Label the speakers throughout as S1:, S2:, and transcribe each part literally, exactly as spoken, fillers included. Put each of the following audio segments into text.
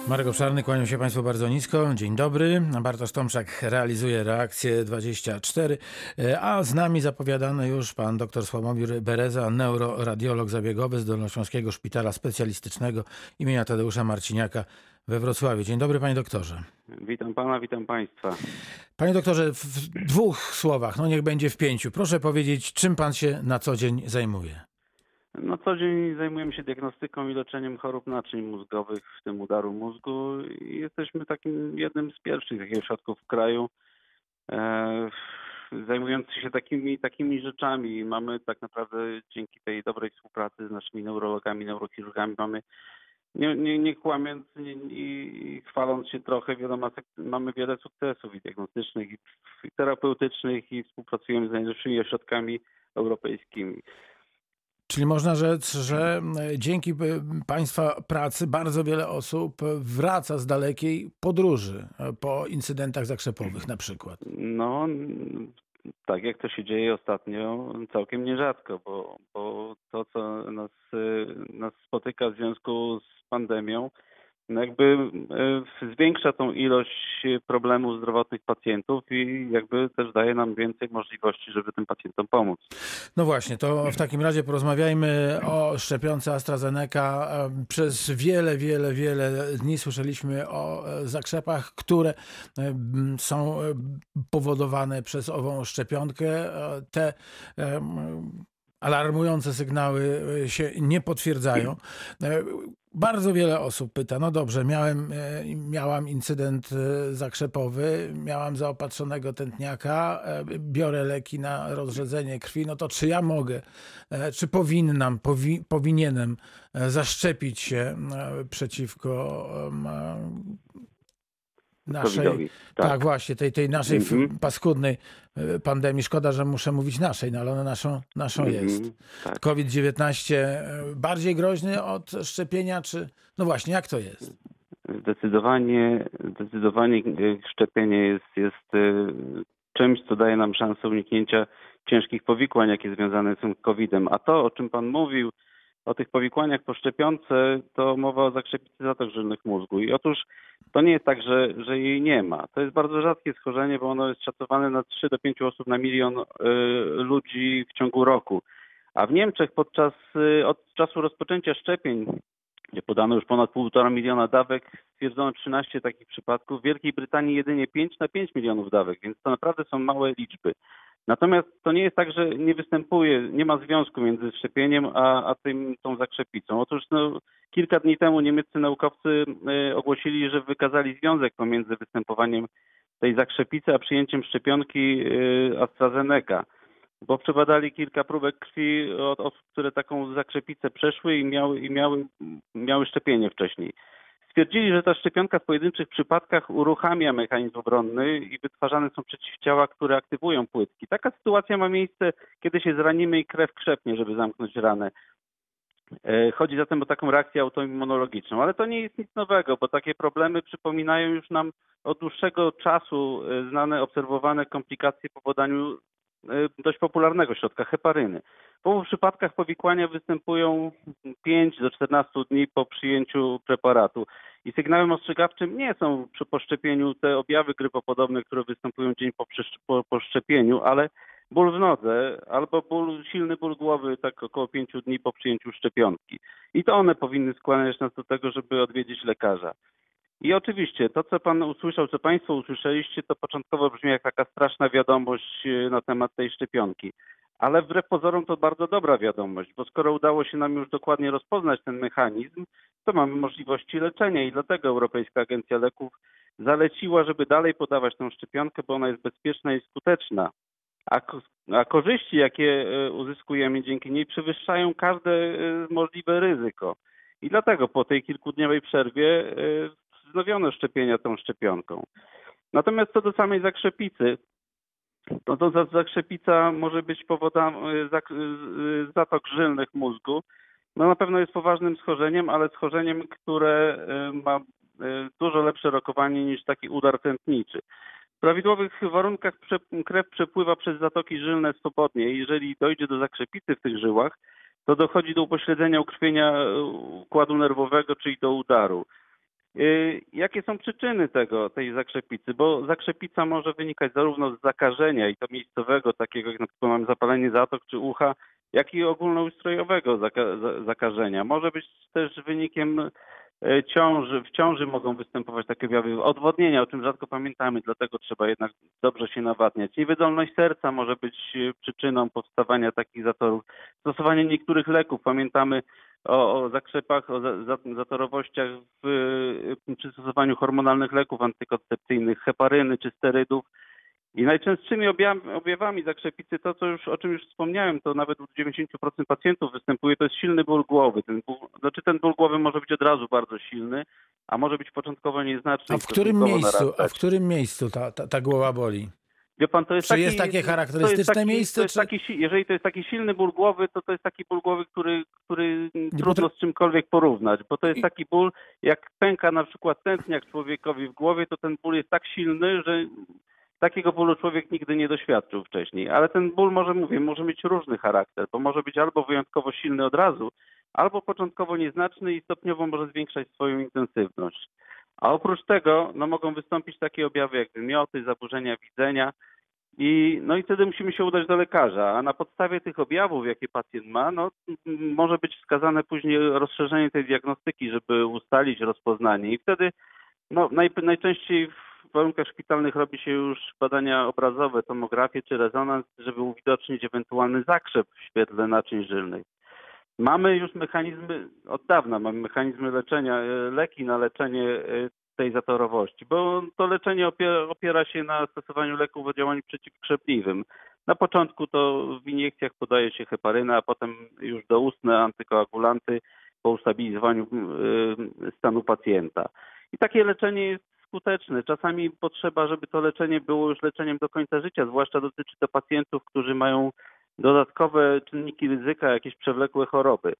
S1: Marek Obszarny, kłaniam się Państwu bardzo nisko. Dzień dobry. Bartosz Tomczak realizuje Reakcję dwadzieścia cztery, a z nami zapowiadany już pan dr Sławomir Bereza, neuroradiolog zabiegowy z Dolnośląskiego Szpitala Specjalistycznego imienia Tadeusza Marciniaka we Wrocławiu. Dzień dobry, panie doktorze.
S2: Witam pana, witam państwa.
S1: Panie doktorze, w dwóch słowach, no niech będzie w pięciu, proszę powiedzieć, czym pan się na co dzień zajmuje?
S2: Na co dzień zajmujemy się diagnostyką i leczeniem chorób naczyń mózgowych, w tym udaru mózgu, i jesteśmy takim jednym z pierwszych takich ośrodków w kraju e, zajmujących się takimi, takimi rzeczami. Mamy tak naprawdę dzięki tej dobrej współpracy z naszymi neurologami, neurochirurgami, mamy nie, nie, nie kłamiąc i, i chwaląc się trochę, wiadomo, mamy wiele sukcesów i diagnostycznych, i, i terapeutycznych, i współpracujemy z najlepszymi ośrodkami europejskimi.
S1: Czyli można rzec, że dzięki Państwa pracy bardzo wiele osób wraca z dalekiej podróży po incydentach zakrzepowych na przykład.
S2: No, tak jak to się dzieje ostatnio, całkiem nierzadko, bo, bo to, co nas, nas spotyka w związku z pandemią, no jakby zwiększa tą ilość problemów zdrowotnych pacjentów i jakby też daje nam więcej możliwości, żeby tym pacjentom pomóc.
S1: No właśnie, to w takim razie porozmawiajmy o szczepionce AstraZeneca. Przez wiele, wiele, wiele dni słyszeliśmy o zakrzepach, które są powodowane przez ową szczepionkę. Te alarmujące sygnały się nie potwierdzają. Bardzo wiele osób pyta, no dobrze, miałem, miałam incydent zakrzepowy, miałam zaopatrzonego tętniaka, biorę leki na rozrzedzenie krwi, no to czy ja mogę, czy powinnam, powi, powinienem zaszczepić się przeciwko naszej, tak. tak właśnie, tej, tej naszej mm-hmm. paskudnej pandemii. Szkoda, że muszę mówić naszej, no ale ona naszą, naszą mm-hmm. jest. Tak. COVID dziewiętnaście bardziej groźny od szczepienia, czy... No właśnie, jak to jest?
S2: Zdecydowanie, zdecydowanie szczepienie jest, jest czymś, co daje nam szansę uniknięcia ciężkich powikłań, jakie związane są z kowidem. A to, o czym pan mówił, o tych powikłaniach po szczepionce, to mowa o zakrzepicy zatok żylnych mózgu. I otóż to nie jest tak, że, że jej nie ma. To jest bardzo rzadkie schorzenie, bo ono jest szacowane na trzy do pięciu osób na milion y, ludzi w ciągu roku. A w Niemczech podczas y, od czasu rozpoczęcia szczepień, gdzie podano już ponad półtora miliona dawek, stwierdzono trzynaście takich przypadków. W Wielkiej Brytanii jedynie pięć na pięć milionów dawek, więc to naprawdę są małe liczby. Natomiast to nie jest tak, że nie występuje, nie ma związku między szczepieniem a, a tym, tą zakrzepicą. Otóż no, kilka dni temu niemieccy naukowcy y, ogłosili, że wykazali związek pomiędzy występowaniem tej zakrzepicy a przyjęciem szczepionki y, AstraZeneca, bo przebadali kilka próbek krwi od osób, które taką zakrzepicę przeszły i miały, i miały, miały szczepienie wcześniej. Stwierdzili, że ta szczepionka w pojedynczych przypadkach uruchamia mechanizm obronny i wytwarzane są przeciwciała, które aktywują płytki. Taka sytuacja ma miejsce, kiedy się zranimy i krew krzepnie, żeby zamknąć ranę. Chodzi zatem o taką reakcję autoimmunologiczną, ale to nie jest nic nowego, bo takie problemy przypominają już nam od dłuższego czasu znane, obserwowane komplikacje po podaniu dość popularnego środka heparyny. W obu przypadkach powikłania występują pięć do czternastu dni po przyjęciu preparatu i sygnałem ostrzegawczym nie są przy poszczepieniu te objawy grypopodobne, które występują dzień po, po, po szczepieniu, ale ból w nodze albo ból, silny ból głowy tak około pięciu dni po przyjęciu szczepionki. I to one powinny skłaniać nas do tego, żeby odwiedzić lekarza. I oczywiście to, co pan usłyszał, co państwo usłyszeliście, to początkowo brzmi jak taka straszna wiadomość na temat tej szczepionki. Ale wbrew pozorom to bardzo dobra wiadomość, bo skoro udało się nam już dokładnie rozpoznać ten mechanizm, to mamy możliwości leczenia i dlatego Europejska Agencja Leków zaleciła, żeby dalej podawać tę szczepionkę, bo ona jest bezpieczna i skuteczna. A, a korzyści, jakie uzyskujemy dzięki niej, przewyższają każde możliwe ryzyko. I dlatego po tej kilkudniowej przerwie wznowiono szczepienia tą szczepionką. Natomiast co do samej zakrzepicy, no to zakrzepica może być powodem zatok żylnych mózgu. No na pewno jest poważnym schorzeniem, ale schorzeniem, które ma dużo lepsze rokowanie niż taki udar tętniczy. W prawidłowych warunkach krew przepływa przez zatoki żylne swobodnie. Jeżeli dojdzie do zakrzepicy w tych żyłach, to dochodzi do upośledzenia ukrwienia układu nerwowego, czyli do udaru. Jakie są przyczyny tego, tej zakrzepicy? Bo zakrzepica może wynikać zarówno z zakażenia i to miejscowego, takiego jak na przykład mamy zapalenie zatok czy ucha, jak i ogólnoustrojowego zaka- zakażenia. Może być też wynikiem ciąży. W ciąży mogą występować takie objawy odwodnienia, o czym rzadko pamiętamy, dlatego trzeba jednak dobrze się nawadniać. Niewydolność serca może być przyczyną powstawania takich zatorów. Stosowanie niektórych leków, pamiętamy o, o zakrzepach, o za, za, zatorowościach w, przy stosowaniu hormonalnych leków antykoncepcyjnych, heparyny czy sterydów. I najczęstszymi objawami zakrzepicy, to co już, o czym już wspomniałem, to nawet u dziewięćdziesiąt procent pacjentów występuje, to jest silny ból głowy. Ten ból, znaczy ten ból głowy może być od razu bardzo silny, a może być początkowo nieznaczny.
S1: A w którym miejscu, a w którym miejscu ta, ta, ta głowa boli?
S2: Wie pan, to jest
S1: czy
S2: taki,
S1: jest takie charakterystyczne
S2: to jest taki,
S1: miejsce?
S2: To jest
S1: czy...
S2: taki, jeżeli to jest taki silny ból głowy, to to jest taki ból głowy, który, który trudno
S1: potra...
S2: z czymkolwiek porównać, bo to jest
S1: I...
S2: taki ból, jak pęka na przykład tętniak człowiekowi w głowie, to ten ból jest tak silny, że takiego bólu człowiek nigdy nie doświadczył wcześniej. Ale ten ból może, mówię, może mieć różny charakter, bo może być albo wyjątkowo silny od razu, albo początkowo nieznaczny i stopniowo może zwiększać swoją intensywność. A oprócz tego no, mogą wystąpić takie objawy jak wymioty, zaburzenia widzenia i, no i wtedy musimy się udać do lekarza. A na podstawie tych objawów, jakie pacjent ma, no, może być wskazane później rozszerzenie tej diagnostyki, żeby ustalić rozpoznanie. I wtedy no, naj, najczęściej w warunkach szpitalnych robi się już badania obrazowe, tomografię czy rezonans, żeby uwidocznić ewentualny zakrzep w świetle naczyń żylnych. Mamy już mechanizmy, od dawna mamy mechanizmy leczenia, leki na leczenie tej zatorowości, bo to leczenie opiera, opiera się na stosowaniu leków o działaniu przeciwkrzepliwym. Na początku to w iniekcjach podaje się heparynę, a potem już doustne antykoagulanty po ustabilizowaniu stanu pacjenta. I takie leczenie jest skuteczne. Czasami potrzeba, żeby to leczenie było już leczeniem do końca życia, zwłaszcza dotyczy to pacjentów, którzy mają dodatkowe czynniki ryzyka, jakieś przewlekłe choroby.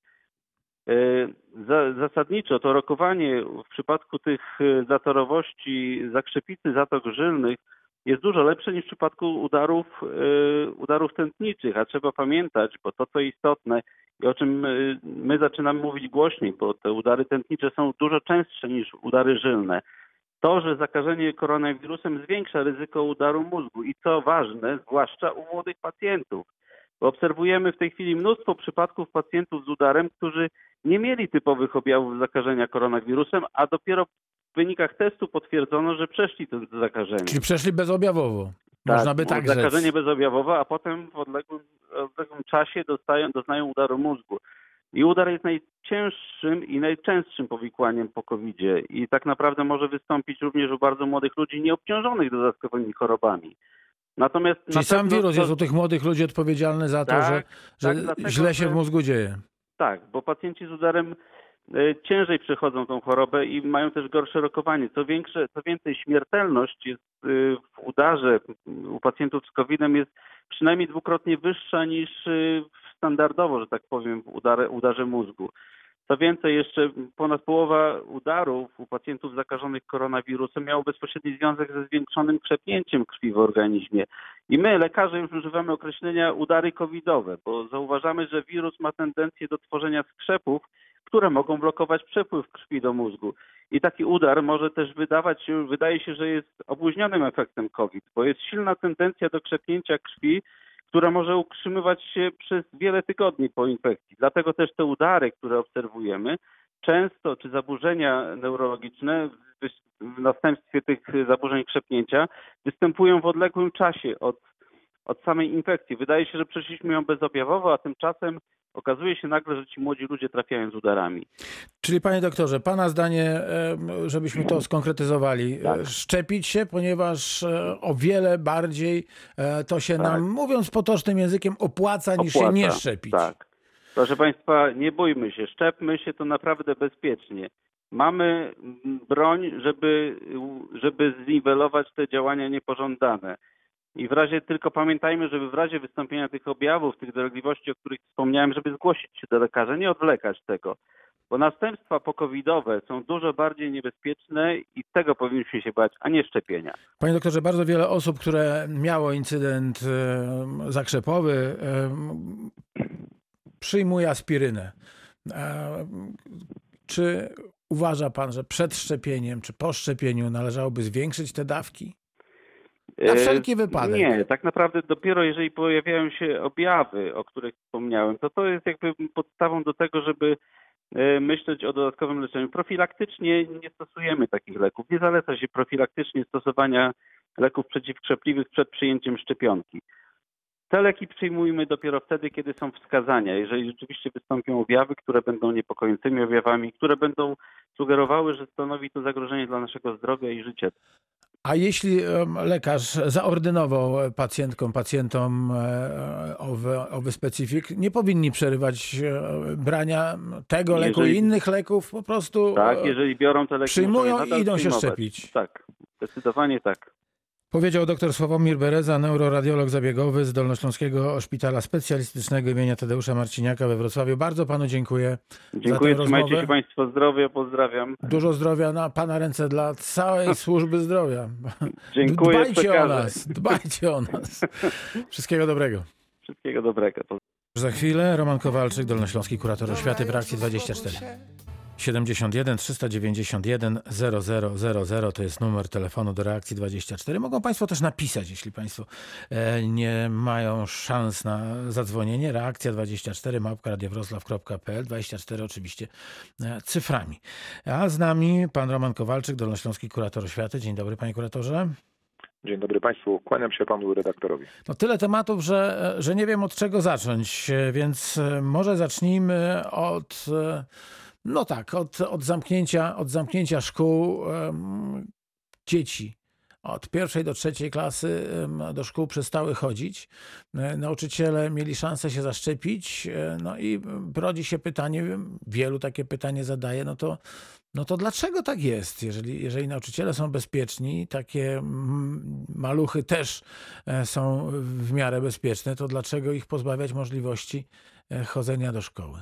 S2: Zasadniczo to rokowanie w przypadku tych zatorowości, zakrzepicy zatok żylnych jest dużo lepsze niż w przypadku udarów, udarów tętniczych, a trzeba pamiętać, bo to co istotne i o czym my zaczynamy mówić głośniej, bo te udary tętnicze są dużo częstsze niż udary żylne. To, że zakażenie koronawirusem zwiększa ryzyko udaru mózgu i co ważne, zwłaszcza u młodych pacjentów. Bo obserwujemy w tej chwili mnóstwo przypadków pacjentów z udarem, którzy nie mieli typowych objawów zakażenia koronawirusem, a dopiero w wynikach testu potwierdzono, że przeszli to zakażenie.
S1: Czyli przeszli bezobjawowo.
S2: Tak,
S1: można by tak
S2: zakażenie
S1: rzec.
S2: bezobjawowe, a potem w odległym, odległym czasie dostają, doznają udaru mózgu. I udar jest najcięższym i najczęstszym powikłaniem po kowidzie i tak naprawdę może wystąpić również u bardzo młodych ludzi nieobciążonych dodatkowymi chorobami. Natomiast
S1: Czyli
S2: na
S1: sam
S2: pewno
S1: wirus
S2: to...
S1: jest u tych młodych ludzi odpowiedzialny za to,
S2: tak,
S1: że, że
S2: tak, dlatego,
S1: źle się
S2: że...
S1: w mózgu dzieje.
S2: Tak, bo pacjenci z udarem y, ciężej przechodzą tą chorobę i mają też gorsze rokowanie. Co większe, co więcej, śmiertelność jest y, w udarze u pacjentów z kowidem jest przynajmniej dwukrotnie wyższa niż y, standardowo, że tak powiem, w udarze, udarze mózgu. Co więcej, jeszcze ponad połowa udarów u pacjentów zakażonych koronawirusem miało bezpośredni związek ze zwiększonym krzepnięciem krwi w organizmie. I my, lekarze, już używamy określenia udary covidowe, bo zauważamy, że wirus ma tendencję do tworzenia skrzepów, które mogą blokować przepływ krwi do mózgu. I taki udar może też wydawać się, wydaje się, że jest opóźnionym efektem COVID, bo jest silna tendencja do krzepnięcia krwi, która może utrzymywać się przez wiele tygodni po infekcji. Dlatego też te udary, które obserwujemy, często, czy zaburzenia neurologiczne w następstwie tych zaburzeń krzepnięcia występują w odległym czasie od, od samej infekcji. Wydaje się, że przeszliśmy ją bezobjawowo, a tymczasem okazuje się nagle, że ci młodzi ludzie trafiają z udarami.
S1: Czyli panie doktorze, pana zdanie, żebyśmy to skonkretyzowali, tak. Szczepić się, ponieważ o wiele bardziej to się tak. nam, mówiąc potocznym językiem, opłaca, niż opłaca. się nie szczepić.
S2: Tak. Proszę państwa, nie bójmy się, szczepmy się, to naprawdę bezpiecznie. Mamy broń, żeby, żeby zniwelować te działania niepożądane. I w razie, tylko pamiętajmy, żeby w razie wystąpienia tych objawów, tych dolegliwości, o których wspomniałem, żeby zgłosić się do lekarza, nie odwlekać tego. Bo następstwa pokowidowe są dużo bardziej niebezpieczne i tego powinniśmy się bać, a nie szczepienia.
S1: Panie doktorze, bardzo wiele osób, które miało incydent e, zakrzepowy, e, przyjmuje aspirynę. E, czy uważa pan, że przed szczepieniem czy po szczepieniu należałoby zwiększyć te dawki? Na wszelki wypadek.
S2: Nie, tak naprawdę dopiero jeżeli pojawiają się objawy, o których wspomniałem, to to jest jakby podstawą do tego, żeby myśleć o dodatkowym leczeniu. Profilaktycznie nie stosujemy takich leków. Nie zaleca się profilaktycznie stosowania leków przeciwkrzepliwych przed przyjęciem szczepionki. Te leki przyjmujemy dopiero wtedy, kiedy są wskazania. Jeżeli rzeczywiście wystąpią objawy, które będą niepokojącymi objawami, które będą sugerowały, że stanowi to zagrożenie dla naszego zdrowia i życia.
S1: A jeśli lekarz zaordynował pacjentkom, pacjentom owy, owy specyfik, nie powinni przerywać brania tego leku
S2: Jeżeli-
S1: i innych leków, po prostu
S2: Tak, jeżeli biorą te leki,
S1: przyjmują
S2: muszą je nadal
S1: i idą się
S2: przyjmować.
S1: szczepić.
S2: Tak, zdecydowanie tak.
S1: Powiedział dr Sławomir Bereza, neuroradiolog zabiegowy z Dolnośląskiego Szpitala Specjalistycznego imienia Tadeusza Marciniaka we Wrocławiu. Bardzo panu dziękuję
S2: Dziękuję,
S1: za tę
S2: trzymajcie
S1: rozmowę.
S2: się Państwo zdrowie, pozdrawiam.
S1: Dużo zdrowia na pana ręce dla całej służby zdrowia.
S2: Dziękuję,
S1: Dbajcie o
S2: przekażę.
S1: nas, dbajcie o nas. Wszystkiego dobrego.
S2: Wszystkiego dobrego.
S1: Za chwilę Roman Kowalczyk, dolnośląski kurator oświaty w Reakcji dwadzieścia cztery. siedemdziesiąt jeden trzysta dziewięćdziesiąt jeden zero zero zero zero to jest numer telefonu do Reakcji dwadzieścia cztery. Mogą Państwo też napisać, jeśli Państwo e, nie mają szans na zadzwonienie. Reakcja dwadzieścia cztery małpka radiowroclaw kropka p l, dwadzieścia cztery oczywiście e, cyframi. A z nami pan Roman Kowalczyk, dolnośląski kurator oświaty. Dzień dobry, panie kuratorze.
S3: Dzień dobry Państwu, kłaniam się Panu redaktorowi.
S1: No tyle tematów, że, że nie wiem od czego zacząć, więc może zacznijmy od, no tak, od, od, zamknięcia, od zamknięcia szkół um, dzieci. Od pierwszej do trzeciej klasy um, do szkół przestały chodzić. Nauczyciele mieli szansę się zaszczepić, no i rodzi się pytanie, wielu takie pytanie zadaje, no to No to dlaczego tak jest? Jeżeli, jeżeli nauczyciele są bezpieczni, takie maluchy też są w miarę bezpieczne, to dlaczego ich pozbawiać możliwości chodzenia do szkoły?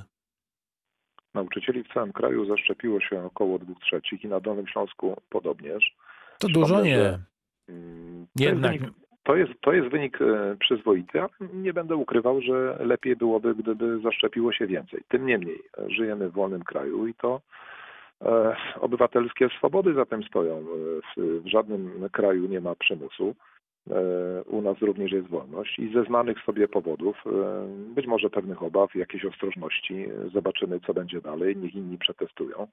S3: Nauczycieli w całym kraju zaszczepiło się około dwóch trzecich i na Dolnym Śląsku podobnież.
S1: To dużo nie.
S3: Że, to,
S1: Jednak.
S3: Jest wynik, to, jest, to jest wynik przyzwoity, a nie będę ukrywał, że lepiej byłoby, gdyby zaszczepiło się więcej. Tym niemniej żyjemy w wolnym kraju i to e, obywatelskie swobody za tym stoją. W, w żadnym kraju nie ma przymusu. U nas również jest wolność i ze znanych sobie powodów, być może pewnych obaw, jakiejś ostrożności, zobaczymy co będzie dalej, niech inni przetestują.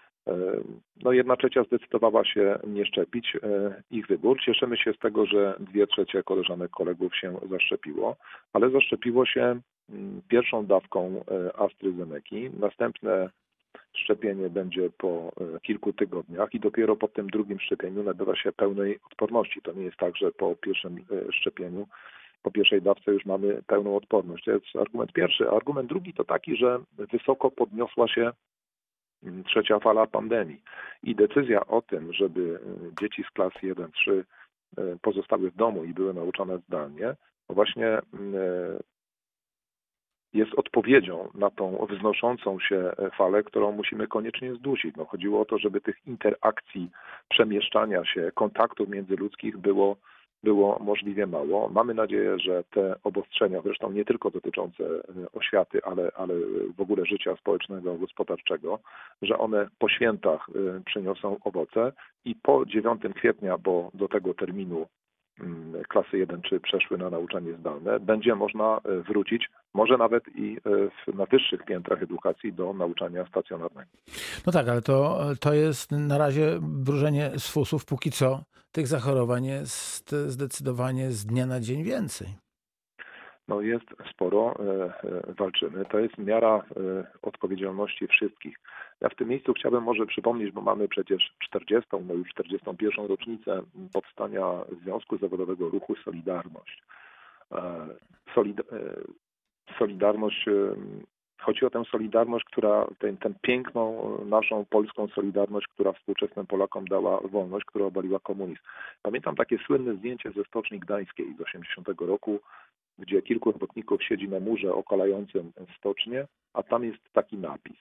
S3: No jedna trzecia zdecydowała się nie szczepić, ich wybór. Cieszymy się z tego, że dwie trzecie koleżanek, kolegów się zaszczepiło, ale zaszczepiło się pierwszą dawką AstraZeneki, następne szczepienie będzie po kilku tygodniach i dopiero po tym drugim szczepieniu nabywa się pełnej odporności. To nie jest tak, że po pierwszym szczepieniu, po pierwszej dawce już mamy pełną odporność. To jest argument pierwszy. Argument drugi to taki, że wysoko podniosła się trzecia fala pandemii i decyzja o tym, żeby dzieci z klas jeden trzy pozostały w domu i były nauczane zdalnie, to właśnie jest odpowiedzią na tą wznoszącą się falę, którą musimy koniecznie zdusić. No, chodziło o to, żeby tych interakcji, przemieszczania się, kontaktów międzyludzkich było, było możliwie mało. Mamy nadzieję, że te obostrzenia, zresztą nie tylko dotyczące oświaty, ale, ale w ogóle życia społecznego, gospodarczego, że one po świętach przyniosą owoce i po dziewiątego kwietnia, bo do tego terminu klasy jeden trzy przeszły na nauczanie zdalne, będzie można wrócić, może nawet i na wyższych piętrach edukacji do nauczania stacjonarnego.
S1: No tak, ale to, to jest na razie wróżenie z fusów. Póki co tych zachorowań jest zdecydowanie z dnia na dzień więcej.
S3: No jest sporo, walczymy. To jest miara odpowiedzialności wszystkich. Ja w tym miejscu chciałbym może przypomnieć, bo mamy przecież czterdziestą, no już czterdziestą pierwszą rocznicę powstania Związku Zawodowego Ruchu Solidarność. Solid, Solidarność, chodzi o tę solidarność, która, tę, tę piękną naszą polską solidarność, która współczesnym Polakom dała wolność, która obaliła komunizm. Pamiętam takie słynne zdjęcie ze Stoczni Gdańskiej z osiemdziesiątego roku, gdzie kilku robotników siedzi na murze okalającym stocznię, a tam jest taki napis.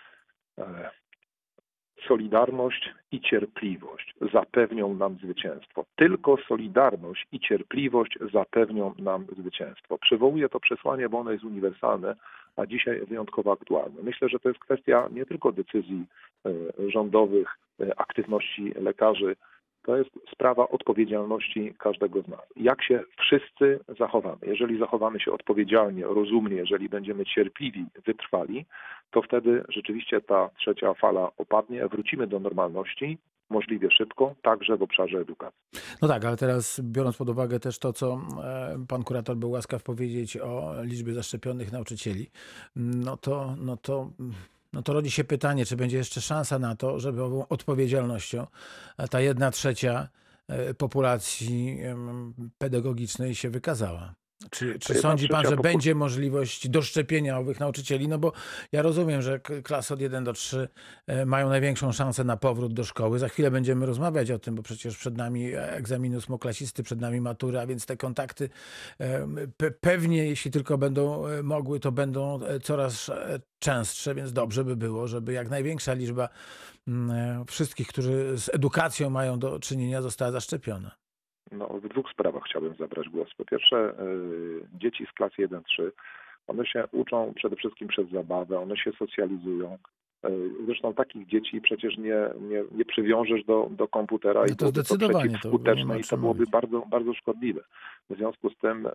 S3: Solidarność i cierpliwość zapewnią nam zwycięstwo. Tylko solidarność i cierpliwość zapewnią nam zwycięstwo. Przywołuję to przesłanie, bo ono jest uniwersalne, a dzisiaj wyjątkowo aktualne. Myślę, że to jest kwestia nie tylko decyzji rządowych, aktywności lekarzy, to jest sprawa odpowiedzialności każdego z nas. Jak się wszyscy zachowamy? Jeżeli zachowamy się odpowiedzialnie, rozumnie, jeżeli będziemy cierpliwi, wytrwali, to wtedy rzeczywiście ta trzecia fala opadnie, wrócimy do normalności możliwie szybko, także w obszarze edukacji.
S1: No tak, ale teraz biorąc pod uwagę też to, co pan kurator był łaskaw powiedzieć o liczbie zaszczepionych nauczycieli, no to, no to No to rodzi się pytanie, czy będzie jeszcze szansa na to, żeby ową odpowiedzialnością ta jedna trzecia populacji pedagogicznej się wykazała. Czy, czy sądzi pan, że będzie możliwość doszczepienia owych nauczycieli? No bo ja rozumiem, że klasy od jeden do trzech mają największą szansę na powrót do szkoły. Za chwilę będziemy rozmawiać o tym, bo przecież przed nami egzamin ósmoklasisty, przed nami matura, a więc te kontakty pe pewnie, jeśli tylko będą mogły, to będą coraz częstsze, więc dobrze by było, żeby jak największa liczba wszystkich, którzy z edukacją mają do czynienia, została zaszczepiona.
S3: No, w dwóch sprawach chciałbym zabrać głos. Po pierwsze, y, dzieci z klas jeden trzy, one się uczą przede wszystkim przez zabawę, one się socjalizują. Y, zresztą takich dzieci przecież nie, nie, nie przywiążesz do, do komputera
S1: no
S3: i
S1: to
S3: byłoby to przeciwskuteczne i to byłoby
S1: mówić.
S3: bardzo, bardzo szkodliwe. W związku z tym y,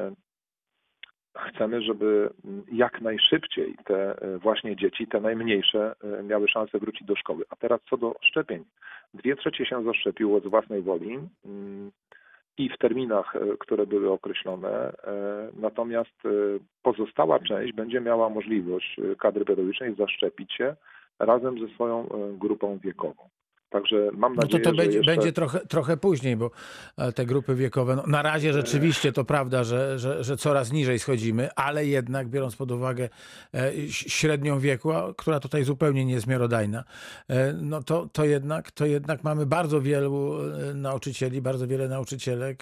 S3: chcemy, żeby jak najszybciej te właśnie dzieci, te najmniejsze, miały szansę wrócić do szkoły. A teraz co do szczepień. Dwie trzecie się zaszczepiło z własnej woli i w terminach, które były określone. Natomiast pozostała część będzie miała możliwość kadry pedagogicznej zaszczepić się razem ze swoją grupą wiekową. Także mam nadzieję,
S1: no to to będzie,
S3: jeszcze...
S1: będzie trochę, trochę później, bo te grupy wiekowe, no na razie rzeczywiście to prawda, że, że, że coraz niżej schodzimy, ale jednak biorąc pod uwagę średnią wieku, która tutaj zupełnie nie jest miarodajna, no to, to, jednak, to jednak mamy bardzo wielu nauczycieli, bardzo wiele nauczycielek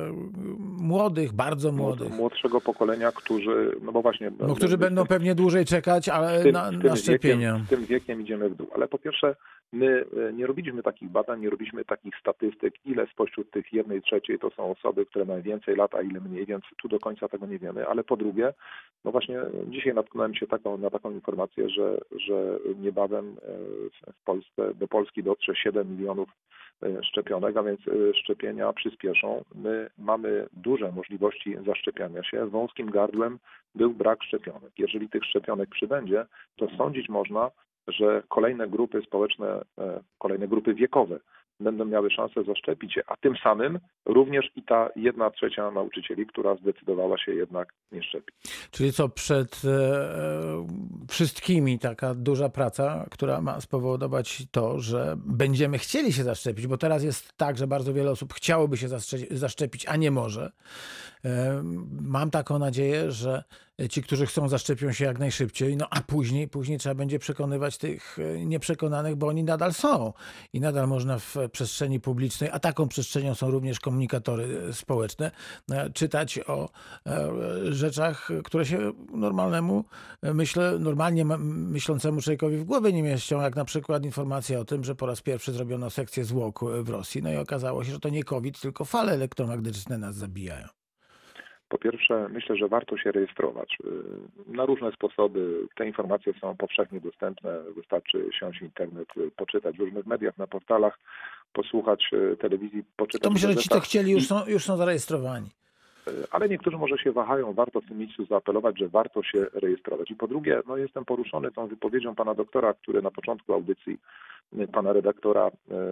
S1: młodych, bardzo młodych.
S3: Młodszego pokolenia, którzy, no bo właśnie...
S1: No, którzy będą pewnie dłużej czekać, ale
S3: tym,
S1: na,
S3: tym
S1: na szczepienia.
S3: Wiekiem, tym wiekiem idziemy w dół. Ale po pierwsze, my nie robiliśmy takich badań, nie robiliśmy takich statystyk, ile spośród tych jednej trzeciej to są osoby, które mają więcej lat, a ile mniej, więc tu do końca tego nie wiemy. Ale po drugie, no właśnie dzisiaj natknąłem się taką, na taką informację, że, że niebawem w Polsce, do Polski dotrze siedem milionów szczepionek, a więc szczepienia przyspieszą. My mamy duże możliwości zaszczepiania się. Wąskim gardłem był brak szczepionek. Jeżeli tych szczepionek przybędzie, to sądzić można, że kolejne grupy społeczne, kolejne grupy wiekowe będą miały szansę zaszczepić się, a tym samym również i ta jedna trzecia nauczycieli, która zdecydowała się jednak nie szczepić.
S1: Czyli co, przed e, wszystkimi taka duża praca, która ma spowodować to, że będziemy chcieli się zaszczepić, bo teraz jest tak, że bardzo wiele osób chciałoby się zaszczepić, a nie może. E, mam taką nadzieję, że ci, którzy chcą, zaszczepią się jak najszybciej, no a później, później trzeba będzie przekonywać tych nieprzekonanych, bo oni nadal są i nadal można w przestrzeni publicznej, a taką przestrzenią są również komunikatory społeczne, czytać o rzeczach, które się normalnemu, myślę, normalnie myślącemu człowiekowi w głowie nie mieszczą, jak na przykład informacja o tym, że po raz pierwszy zrobiono sekcję zwłok w Rosji, no i okazało się, że to nie COVID, tylko fale elektromagnetyczne nas zabijają.
S3: Po pierwsze, myślę, że warto się rejestrować na różne sposoby. Te informacje są powszechnie dostępne. Wystarczy siąść w internet, poczytać w różnych mediach, na portalach, posłuchać telewizji, poczytać.
S1: To myślę, że ci, co chcieli, już są, już są zarejestrowani.
S3: Ale niektórzy może się wahają. Warto w tym miejscu zaapelować, że warto się rejestrować. I po drugie, no jestem poruszony tą wypowiedzią pana doktora, który na początku audycji pana redaktora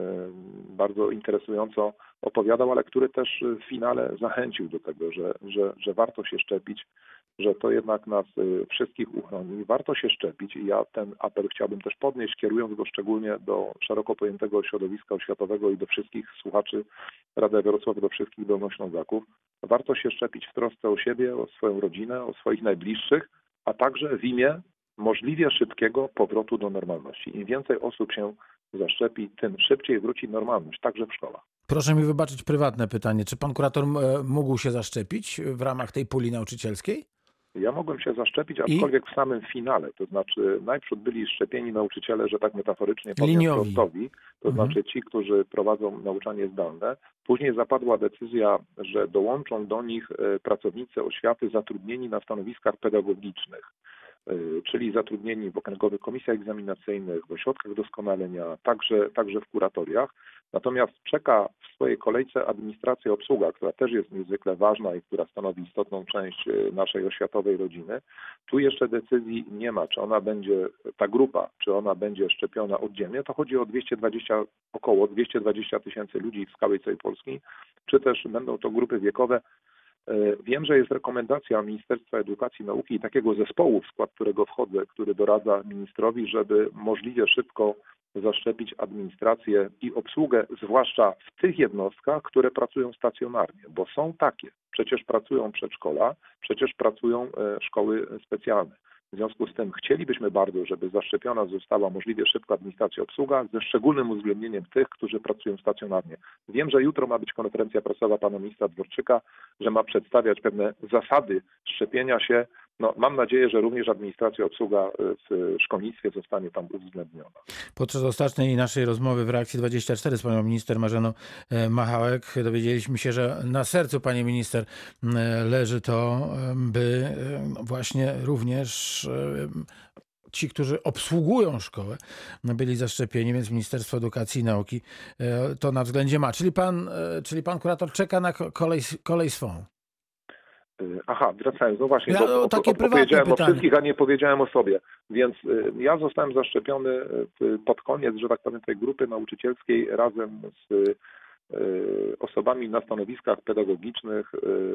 S3: bardzo interesująco opowiadał, ale który też w finale zachęcił do tego, że, że, że warto się szczepić, że to jednak nas wszystkich uchroni. Warto się szczepić i ja ten apel chciałbym też podnieść, kierując go szczególnie do szeroko pojętego środowiska oświatowego i do wszystkich słuchaczy Radia Wrocław, do wszystkich dolnoślązaków. Warto się szczepić w trosce o siebie, o swoją rodzinę, o swoich najbliższych, a także w imię możliwie szybkiego powrotu do normalności. Im więcej osób się zaszczepi, tym szybciej wróci normalność, także w szkołach.
S1: Proszę mi wybaczyć prywatne pytanie. Czy pan kurator mógł się zaszczepić w ramach tej puli nauczycielskiej?
S3: Ja mogłem się zaszczepić, aczkolwiek I? w samym finale, to znaczy najprzód byli szczepieni nauczyciele, że tak metaforycznie powiem, prostowi, to mhm. znaczy ci, którzy prowadzą nauczanie zdalne. Później zapadła decyzja, że dołączą do nich pracownicy oświaty zatrudnieni na stanowiskach pedagogicznych. czyli zatrudnieni w okręgowych komisjach egzaminacyjnych, w ośrodkach doskonalenia, także, także w kuratoriach. Natomiast czeka w swojej kolejce administracja obsługa, która też jest niezwykle ważna i która stanowi istotną część naszej oświatowej rodziny. Tu jeszcze decyzji nie ma, czy ona będzie, ta grupa, czy ona będzie szczepiona oddzielnie. To chodzi o dwieście dwadzieścia, około dwieście dwadzieścia tysięcy ludzi w skali całej Polski, czy też będą to grupy wiekowe. Wiem, że jest rekomendacja Ministerstwa Edukacji i Nauki i takiego zespołu, w skład którego wchodzę, który doradza ministrowi, żeby możliwie szybko zaszczepić administrację i obsługę, zwłaszcza w tych jednostkach, które pracują stacjonarnie, bo są takie. Przecież pracują przedszkola, przecież pracują szkoły specjalne. W związku z tym chcielibyśmy bardzo, żeby zaszczepiona została możliwie szybko administracja obsługa, ze szczególnym uwzględnieniem tych, którzy pracują stacjonarnie. Wiem, że jutro ma być konferencja prasowa pana ministra Dworczyka, że ma przedstawiać pewne zasady szczepienia się. No, mam nadzieję, że również administracja obsługa w szkolnictwie zostanie tam uwzględniona.
S1: Podczas ostatniej naszej rozmowy w Reakcji dwadzieścia cztery z panią minister Marzeną Machałek dowiedzieliśmy się, że na sercu pani minister leży to, by właśnie również ci, którzy obsługują szkołę, byli zaszczepieni, więc Ministerstwo Edukacji i Nauki to na względzie ma. Czyli pan, czyli pan kurator czeka na kolej, kolej swą.
S3: Aha, wracając, no właśnie,
S1: ja,
S3: bo
S1: takie
S3: powiedziałem
S1: pytanie.
S3: o wszystkich, a nie powiedziałem o sobie. Więc ja zostałem zaszczepiony pod koniec, że tak powiem, tej grupy nauczycielskiej razem z osobami na stanowiskach pedagogicznych,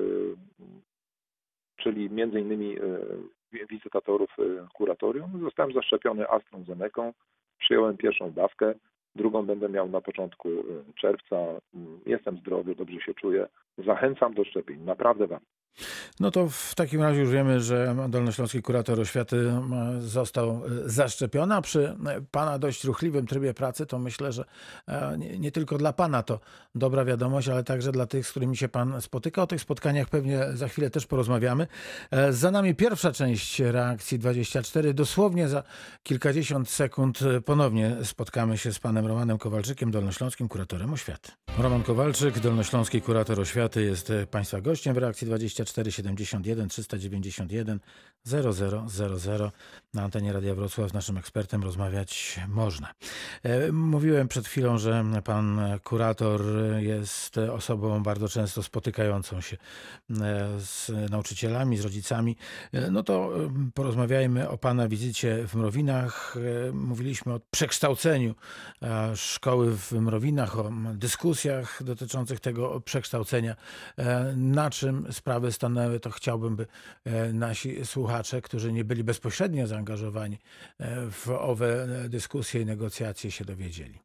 S3: czyli między innymi wizytatorów kuratorium. Zostałem zaszczepiony AstraZenecą, przyjąłem pierwszą dawkę, drugą będę miał na początku czerwca. Jestem zdrowy, dobrze się czuję. Zachęcam do szczepień, naprawdę wam.
S1: No to w takim razie już wiemy, że dolnośląski kurator oświaty został zaszczepiony, a przy pana dość ruchliwym trybie pracy to myślę, że nie, nie tylko dla pana to dobra wiadomość, ale także dla tych, z którymi się pan spotyka. O tych spotkaniach pewnie za chwilę też porozmawiamy. Za nami pierwsza część Reakcji dwadzieścia cztery. Dosłownie za kilkadziesiąt sekund ponownie spotkamy się z panem Romanem Kowalczykiem, dolnośląskim kuratorem oświaty. Roman Kowalczyk, dolnośląski kurator oświaty, jest państwa gościem w Reakcji dwadzieścia cztery siedemdziesiąt jeden trzysta dziewięćdziesiąt jeden zero zero zero zero. Na antenie Radia Wrocław z naszym ekspertem rozmawiać można. Mówiłem przed chwilą, że pan kurator jest osobą bardzo często spotykającą się z nauczycielami, z rodzicami. No to porozmawiajmy o pana wizycie w Mrowinach. Mówiliśmy o przekształceniu szkoły w Mrowinach, o dyskusjach dotyczących tego przekształcenia. Na czym sprawy stanęły, to chciałbym, by nasi słuchacze, którzy nie byli bezpośrednio zaangażowani w owe dyskusje i negocjacje, się dowiedzieli.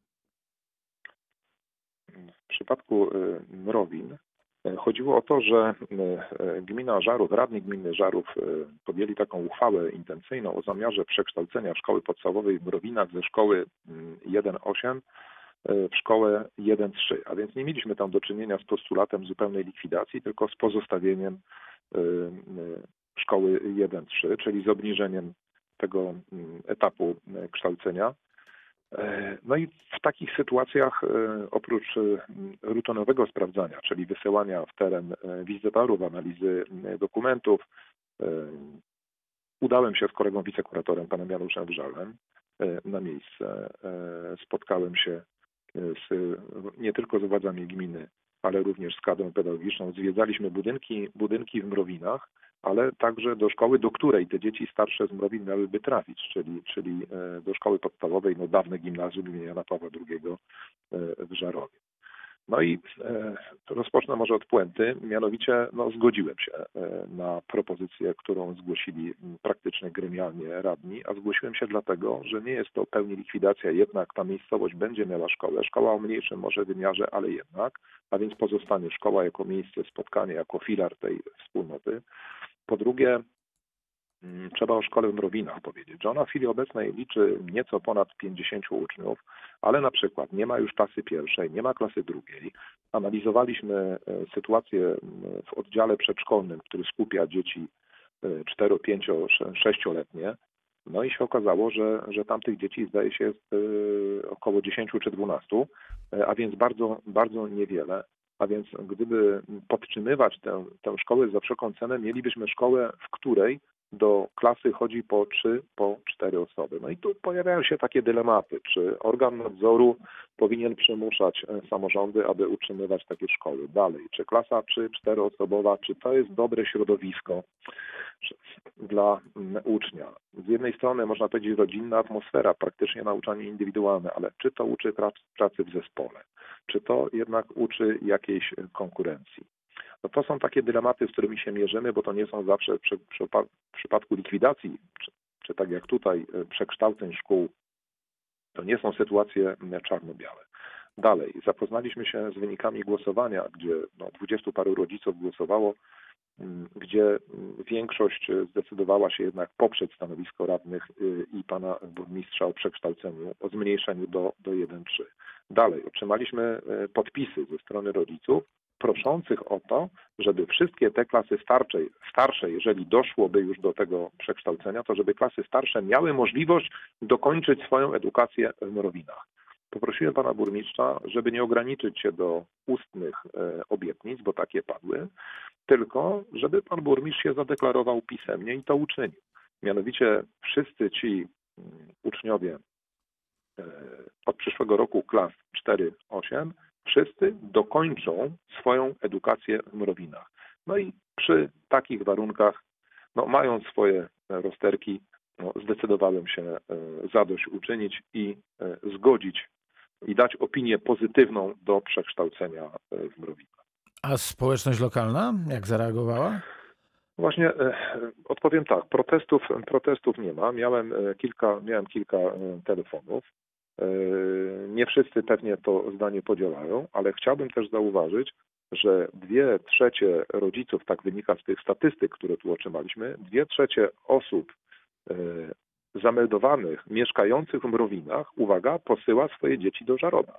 S3: W przypadku Mrowin chodziło o to, że gmina Żarów, radni gminy Żarów podjęli taką uchwałę intencyjną o zamiarze przekształcenia szkoły podstawowej w Mrowinach ze szkoły jeden osiem w szkołę jeden trzy, a więc nie mieliśmy tam do czynienia z postulatem zupełnej likwidacji, tylko z pozostawieniem szkoły jeden trzy, czyli z obniżeniem tego etapu kształcenia. No i w takich sytuacjach oprócz rutynowego sprawdzania, czyli wysyłania w teren wizytorów, analizy dokumentów, udałem się z kolegą wicekuratorem, panem Januszem Wrzalem, na miejsce. Spotkałem się z, nie tylko z władzami gminy, ale również z kadrą pedagogiczną. Zwiedzaliśmy budynki, budynki w Mrowinach, ale także do szkoły, do której te dzieci starsze z Mrowin miałyby trafić, czyli, czyli do szkoły podstawowej, no dawne gimnazjum imienia Jana Pawła drugiego w Żarowie. No i e, rozpocznę może od puenty, mianowicie no, zgodziłem się e, na propozycję, którą zgłosili praktycznie gremialnie radni, a zgłosiłem się dlatego, że nie jest to pełni likwidacja, jednak ta miejscowość będzie miała szkołę, szkoła o mniejszym może wymiarze, ale jednak, a więc pozostanie szkoła jako miejsce spotkania, jako filar tej wspólnoty. Po drugie, trzeba o szkole w Mrowinach powiedzieć, że ona w chwili obecnej liczy nieco ponad pięćdziesięciu uczniów, ale na przykład nie ma już klasy pierwszej, nie ma klasy drugiej. Analizowaliśmy sytuację w oddziale przedszkolnym, który skupia dzieci cztero, pięcio, sześcioletnie. No i się okazało, że, że tam tych dzieci zdaje się jest około dziesięciu czy dwunastu, a więc bardzo, bardzo niewiele. A więc gdyby podtrzymywać tę, tę szkołę za wszelką cenę, mielibyśmy szkołę, w której do klasy chodzi po trzy, po cztery osoby. No i tu pojawiają się takie dylematy, czy organ nadzoru powinien przymuszać samorządy, aby utrzymywać takie szkoły. Dalej, czy klasa trzy, czteroosobowa, czy to jest dobre środowisko dla ucznia. Z jednej strony można powiedzieć rodzinna atmosfera, praktycznie nauczanie indywidualne, ale czy to uczy pracy w zespole, czy to jednak uczy jakiejś konkurencji. No to są takie dylematy, z którymi się mierzymy, bo to nie są zawsze przy, przy, w przypadku likwidacji, czy, czy tak jak tutaj przekształceń szkół, to nie są sytuacje czarno-białe. Dalej, zapoznaliśmy się z wynikami głosowania, gdzie no, dwudziestu paru rodziców głosowało, gdzie większość zdecydowała się jednak poprzeć stanowisko radnych i pana burmistrza o przekształceniu, o zmniejszeniu do, do jeden trzy. Dalej, otrzymaliśmy podpisy ze strony rodziców proszących o to, żeby wszystkie te klasy starsze, starsze, jeżeli doszłoby już do tego przekształcenia, to żeby klasy starsze miały możliwość dokończyć swoją edukację w Mrowinach. Poprosiłem pana burmistrza, żeby nie ograniczyć się do ustnych obietnic, bo takie padły, tylko żeby pan burmistrz się zadeklarował pisemnie i to uczynił. Mianowicie wszyscy ci uczniowie od przyszłego roku klas cztery osiem, wszyscy dokończą swoją edukację w Mrowinach. No i przy takich warunkach, no, mając swoje rozterki, no, zdecydowałem się zadośćuczynić i zgodzić i dać opinię pozytywną do przekształcenia w Mrowinach.
S1: A społeczność lokalna jak zareagowała?
S3: Właśnie odpowiem tak, protestów, protestów nie ma. Miałem kilka, miałem kilka telefonów. Nie wszyscy pewnie to zdanie podzielają, ale chciałbym też zauważyć, że dwie trzecie rodziców, tak wynika z tych statystyk, które tu otrzymaliśmy, dwie trzecie osób zameldowanych, mieszkających w Mrowinach, uwaga, posyła swoje dzieci do Żaroda.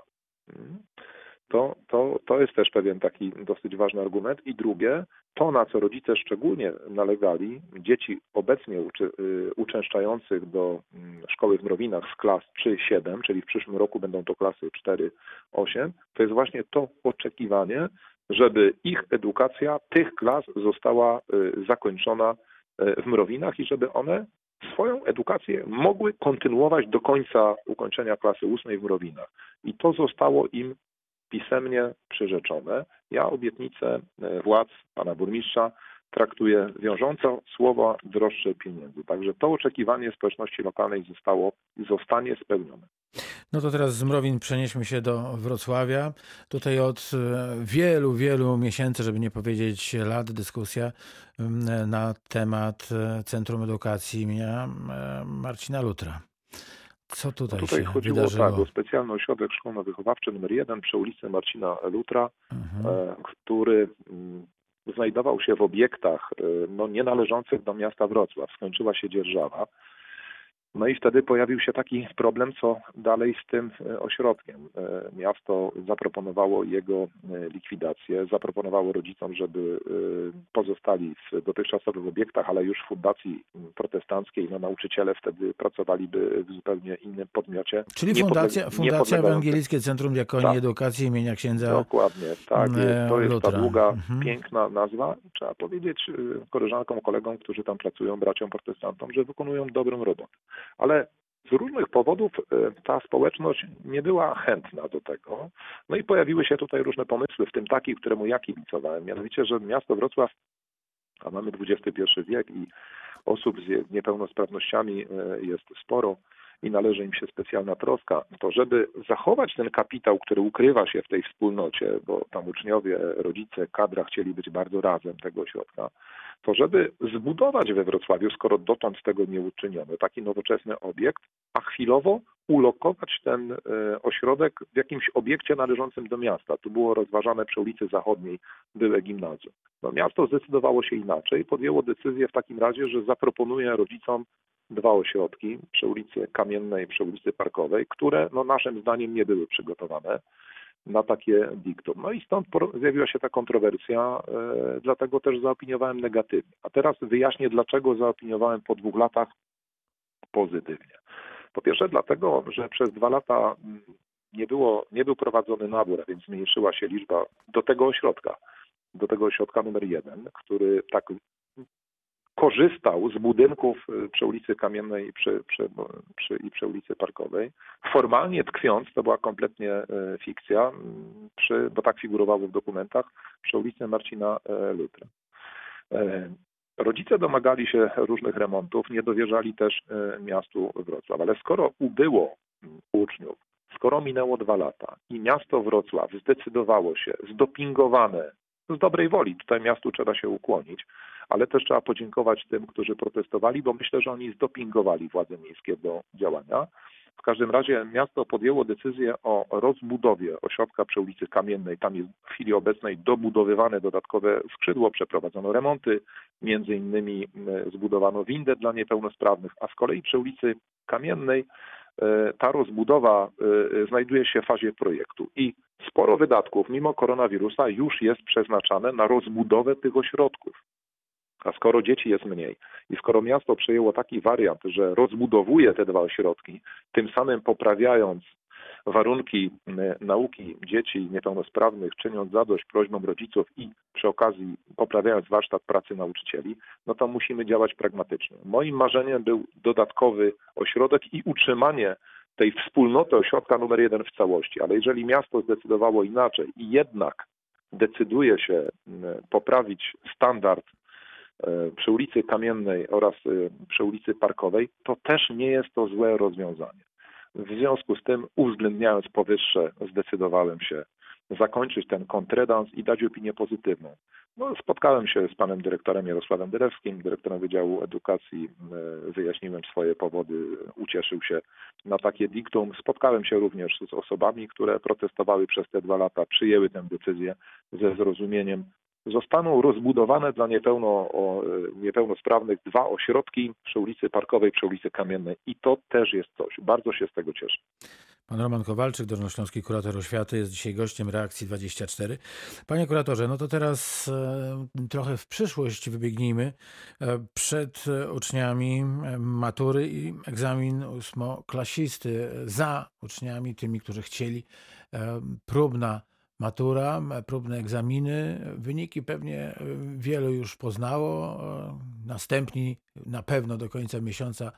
S3: To, to, to jest też pewien taki dosyć ważny argument. I drugie, to na co rodzice szczególnie nalegali, dzieci obecnie uczy, uczęszczających do szkoły w Mrowinach z klas trzy siedem, czyli w przyszłym roku będą to klasy cztery osiem, to jest właśnie to oczekiwanie, żeby ich edukacja tych klas została zakończona w Mrowinach i żeby one swoją edukację mogły kontynuować do końca ukończenia klasy ósmej w Mrowinach. I to zostało im pisemnie przyrzeczone. Ja obietnicę władz pana burmistrza traktuję wiążąco, słowa droższe pieniędzy. Także to oczekiwanie społeczności lokalnej zostało i zostanie spełnione.
S1: No to teraz z Mrowin przenieśmy się do Wrocławia. Tutaj od wielu, wielu miesięcy, żeby nie powiedzieć lat, dyskusja na temat Centrum Edukacji imienia Marcina Lutra. Co tutaj,
S3: no tutaj
S1: się
S3: chodziło
S1: wydarzyło?
S3: Tak, o specjalny ośrodek szkolno-wychowawczy numer jeden przy ulicy Marcina Lutra, mhm. który znajdował się w obiektach no, nienależących do miasta Wrocław. Skończyła się dzierżawa. No i wtedy pojawił się taki problem, co dalej z tym ośrodkiem. Miasto zaproponowało jego likwidację, zaproponowało rodzicom, żeby pozostali w dotychczasowych obiektach, ale już w fundacji protestanckiej, no nauczyciele wtedy pracowaliby w zupełnie innym podmiocie.
S1: Czyli Fundacja, Fundacja Ewangelickie Centrum Diakonii tak. Edukacji imienia księdza
S3: Dokładnie, tak. To jest
S1: Lutra.
S3: ta długa,
S1: mhm.
S3: piękna nazwa. Trzeba powiedzieć koleżankom, kolegom, którzy tam pracują, braciom protestantom, że wykonują dobrą robotę. Ale z różnych powodów ta społeczność nie była chętna do tego. No i pojawiły się tutaj różne pomysły, w tym taki, któremu ja kibicowałem. Mianowicie, że miasto Wrocław, a mamy dwudziesty pierwszy wiek i osób z niepełnosprawnościami jest sporo i należy im się specjalna troska, to żeby zachować ten kapitał, który ukrywa się w tej wspólnocie, bo tam uczniowie, rodzice, kadra chcieli być bardzo razem tego ośrodka, to żeby zbudować we Wrocławiu, skoro dotąd tego nie uczyniono, taki nowoczesny obiekt, a chwilowo ulokować ten ośrodek w jakimś obiekcie należącym do miasta. Tu było rozważane przy ulicy Zachodniej byłe gimnazjum. No, miasto zdecydowało się inaczej, podjęło decyzję w takim razie, że zaproponuje rodzicom dwa ośrodki przy ulicy Kamiennej, przy ulicy Parkowej, które no, naszym zdaniem nie były przygotowane na takie diktum. No i stąd zjawiła się ta kontrowersja, e, dlatego też zaopiniowałem negatywnie. A teraz wyjaśnię, dlaczego zaopiniowałem po dwóch latach pozytywnie. Po pierwsze dlatego, że przez dwa lata nie, było, nie był prowadzony nabór, a więc zmniejszyła się liczba do tego ośrodka, do tego ośrodka numer jeden, który tak korzystał z budynków przy ulicy Kamiennej i przy, przy, przy, i przy ulicy Parkowej. Formalnie tkwiąc, to była kompletnie fikcja, przy, bo tak figurowało w dokumentach, przy ulicy Marcina Lutry. Rodzice domagali się różnych remontów, nie dowierzali też miastu Wrocław, ale skoro ubyło uczniów, skoro minęło dwa lata i miasto Wrocław zdecydowało się, zdopingowane, z dobrej woli, tutaj miastu trzeba się ukłonić, ale też trzeba podziękować tym, którzy protestowali, bo myślę, że oni zdopingowali władze miejskie do działania. W każdym razie miasto podjęło decyzję o rozbudowie ośrodka przy ulicy Kamiennej. Tam jest w chwili obecnej dobudowywane dodatkowe skrzydło, przeprowadzono remonty, między innymi zbudowano windę dla niepełnosprawnych, a z kolei przy ulicy Kamiennej ta rozbudowa znajduje się w fazie projektu i sporo wydatków, mimo koronawirusa, już jest przeznaczane na rozbudowę tych ośrodków. A skoro dzieci jest mniej i skoro miasto przyjęło taki wariant, że rozbudowuje te dwa ośrodki, tym samym poprawiając warunki nauki dzieci niepełnosprawnych, czyniąc zadość prośbom rodziców i przy okazji poprawiając warsztat pracy nauczycieli, no to musimy działać pragmatycznie. Moim marzeniem był dodatkowy ośrodek i utrzymanie tej wspólnoty ośrodka numer jeden w całości, ale jeżeli miasto zdecydowało inaczej i jednak decyduje się poprawić standard przy ulicy Kamiennej oraz przy ulicy Parkowej, to też nie jest to złe rozwiązanie. W związku z tym, uwzględniając powyższe, zdecydowałem się zakończyć ten kontredans i dać opinię pozytywną. No, spotkałem się z panem dyrektorem Jarosławem Dylewskim, dyrektorem Wydziału Edukacji, wyjaśniłem swoje powody, ucieszył się na takie diktum. Spotkałem się również z osobami, które protestowały przez te dwa lata, przyjęły tę decyzję ze zrozumieniem. Zostaną rozbudowane dla niepełno, o, niepełnosprawnych dwa ośrodki przy ulicy Parkowej, przy ulicy Kamiennej i to też jest coś. Bardzo się z tego cieszę.
S1: Pan Roman Kowalczyk, dolnośląski kurator oświaty, jest dzisiaj gościem Reakcji dwadzieścia cztery. Panie kuratorze, no to teraz e, trochę w przyszłość wybiegnijmy. E, przed uczniami matury i egzamin ósmoklasisty. Za uczniami, tymi, którzy chcieli, e, próbna matura, próbne egzaminy. Wyniki pewnie wielu już poznało. Następni na pewno do końca miesiąca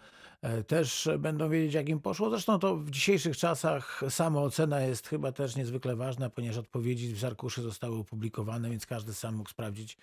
S1: też będą wiedzieć, jak im poszło. Zresztą to w dzisiejszych czasach samoocena jest chyba też niezwykle ważna, ponieważ odpowiedzi z arkuszy zostały opublikowane, więc każdy sam mógł sprawdzić,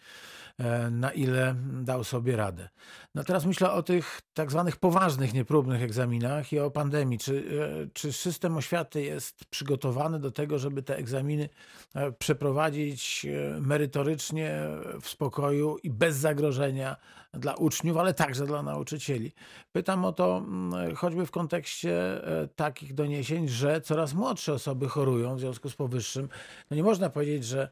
S1: na ile dał sobie radę. No teraz myślę o tych tak zwanych poważnych, niepróbnych egzaminach i o pandemii. Czy, czy system oświaty jest przygotowany do tego, żeby te egzaminy przeprowadzić merytorycznie, w spokoju i bez zagrożenia dla uczniów, ale także dla nauczycieli? Pytam o to choćby w kontekście takich doniesień, że coraz młodsze osoby chorują w związku z powyższym. No nie można powiedzieć, że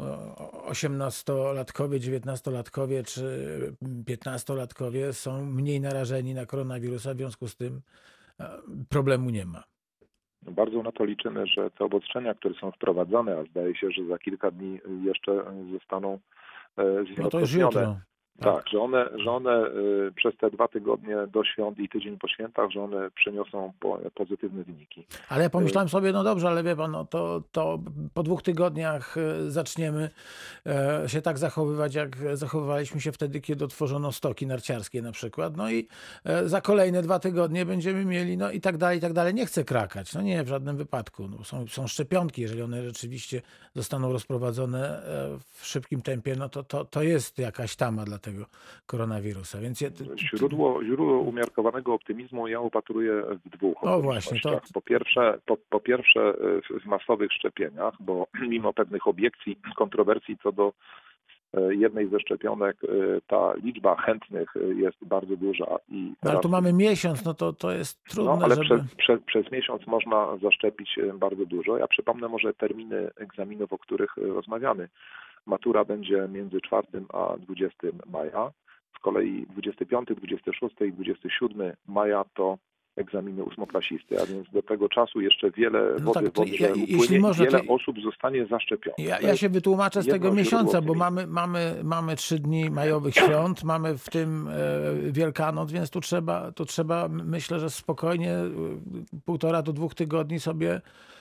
S1: osiemnastolatkowie, dziewiętnastolatkowie czy piętnastolatkowie są mniej narażeni na koronawirusa, w związku z tym problemu nie ma.
S3: Bardzo na to liczymy, że te obostrzenia, które są wprowadzane, a zdaje się, że za kilka dni jeszcze zostaną zwielokrotnione.
S1: No to już jutro.
S3: Tak, tak, że one, że one przez te dwa tygodnie do świąt i tydzień po świętach, że one przyniosą pozytywne wyniki.
S1: Ale ja pomyślałem sobie, no dobrze, ale wie pan, no to, to po dwóch tygodniach zaczniemy się tak zachowywać, jak zachowywaliśmy się wtedy, kiedy otworzono stoki narciarskie na przykład. No i za kolejne dwa tygodnie będziemy mieli, no i tak dalej, i tak dalej. Nie chcę krakać, no nie, w żadnym wypadku. No, są, są szczepionki, jeżeli one rzeczywiście zostaną rozprowadzone w szybkim tempie, no to, to, to jest jakaś tama dla tego koronawirusa. Więc ja, ty, ty...
S3: Źródło, źródło umiarkowanego optymizmu ja upatruję w dwóch
S1: o, właśnie, to...
S3: po, pierwsze, po, po pierwsze w masowych szczepieniach, bo mimo pewnych obiekcji, kontrowersji co do jednej ze szczepionek, ta liczba chętnych jest bardzo duża. I
S1: no, ale tu mamy miesiąc, no to, to jest trudne,
S3: no, ale
S1: żeby...
S3: przez, przez, przez miesiąc można zaszczepić bardzo dużo. Ja przypomnę może terminy egzaminów, o których rozmawiamy. Matura będzie między czwartym a dwudziestym maja. Z kolei dwudziestego piątego, dwudziestego szóstego i dwudziestego siódmego maja to egzaminy ósmoklasisty, a więc do tego czasu jeszcze wiele
S1: no
S3: wody
S1: tak,
S3: w Odrze
S1: ja,
S3: upłynie
S1: można,
S3: i wiele
S1: to...
S3: osób zostanie zaszczepionych.
S1: Ja, ja się wytłumaczę z tego miesiąca, bo mamy, mamy, mamy trzy dni majowych świąt, mamy w tym e, Wielkanoc, więc tu trzeba, tu trzeba, myślę, że spokojnie półtora do dwóch tygodni sobie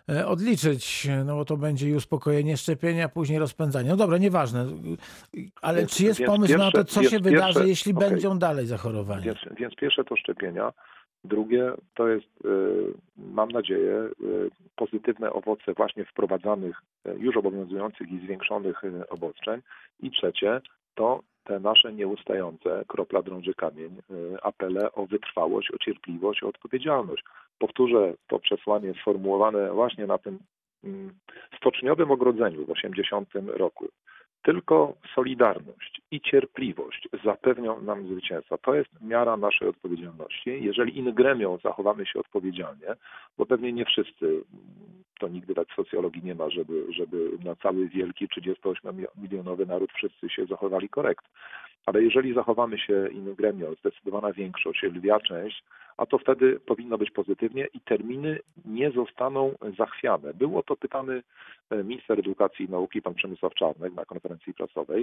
S1: e, odliczyć, no bo to będzie i uspokojenie szczepienia, później rozpędzanie. No dobra, nieważne. Ale
S3: Więc-
S1: czy jest
S3: więc
S1: pomysł na to,
S3: pierwsze-
S1: co
S3: więc
S1: się wydarzy,
S3: pierwsze-
S1: jeśli
S3: okej.
S1: będą dalej zachorowania?
S3: Więc, więc pierwsze to szczepienia. Drugie to jest, y, mam nadzieję, y, pozytywne owoce właśnie wprowadzanych, y, już obowiązujących i zwiększonych y, obostrzeń. I trzecie to te nasze nieustające, kropla drąży kamień, y, apele o wytrwałość, o cierpliwość, o odpowiedzialność. Powtórzę to przesłanie sformułowane właśnie na tym mm, stoczniowym ogrodzeniu w osiemdziesiątym roku. Tylko solidarność i cierpliwość zapewnią nam zwycięstwo. To jest miara naszej odpowiedzialności. Jeżeli in gremio zachowamy się odpowiedzialnie, bo pewnie nie wszyscy, to nigdy tak w socjologii nie ma, żeby, żeby na cały wielki trzydziestoośmiomilionowy naród wszyscy się zachowali korekt. Ale jeżeli zachowamy się in gremio, zdecydowana większość, lwia część, a to wtedy powinno być pozytywnie i terminy nie zostaną zachwiane. Było to pytany minister edukacji i nauki, pan Przemysław Czarnek, na konferencji prasowej.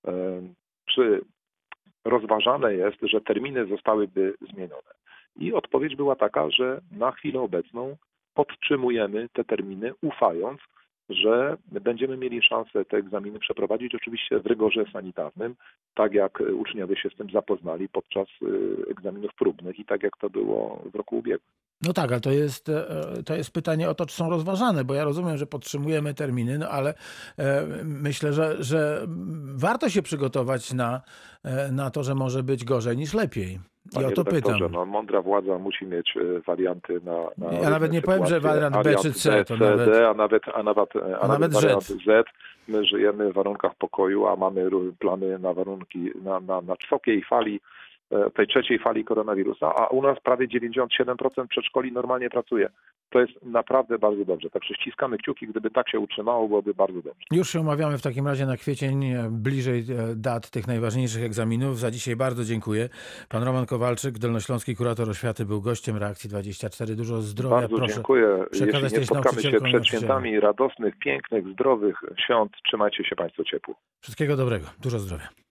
S3: Czy rozważane jest, że terminy zostałyby zmienione? I odpowiedź była taka, że na chwilę obecną podtrzymujemy te terminy, ufając, że będziemy mieli szansę te egzaminy przeprowadzić oczywiście w rygorze sanitarnym, tak jak uczniowie się z tym zapoznali podczas egzaminów próbnych i tak jak to było w roku ubiegłym.
S1: No tak, ale to jest, e, to jest pytanie o to, czy są rozważane, bo ja rozumiem, że podtrzymujemy terminy, no ale e, myślę, że, że warto się przygotować na, e, na to, że może być gorzej niż lepiej. I
S3: Panie
S1: o to pytam.
S3: redaktorze, no, mądra władza musi mieć e, warianty na, na
S1: Ja nawet nie powiem, że
S3: sytuacje.
S1: wariant B czy C,
S3: B,
S1: to
S3: C,
S1: nawet-
S3: D, a nawet, a nawet, a
S1: A nawet
S3: nawet wariant
S1: Z.
S3: Z. My żyjemy w warunkach pokoju, a mamy ró- plany na warunki, na, na, na wysokiej fali, e, tej trzeciej fali koronawirusa, a u nas prawie dziewięćdziesiąt siedem procent przedszkoli normalnie pracuje. To jest naprawdę bardzo dobrze. Także ściskamy kciuki, gdyby tak się utrzymało, byłoby bardzo dobrze.
S1: Już się umawiamy w takim razie na kwiecień, e, bliżej e, dat tych najważniejszych egzaminów. Za dzisiaj bardzo dziękuję. Pan Roman Kowalczyk, dolnośląski kurator oświaty, był gościem Reakcji dwadzieścia cztery. Dużo zdrowia,
S3: Bardzo
S1: proszę.
S3: dziękuję.
S1: przekazać
S3: Jeśli nie
S1: też
S3: spotkamy się
S1: nauczycielkom i
S3: przed
S1: nauczycielom.
S3: świętami radosnych, pięknych, zdrowych świąt, trzymajcie się Państwo ciepło.
S1: Wszystkiego dobrego. Dużo zdrowia.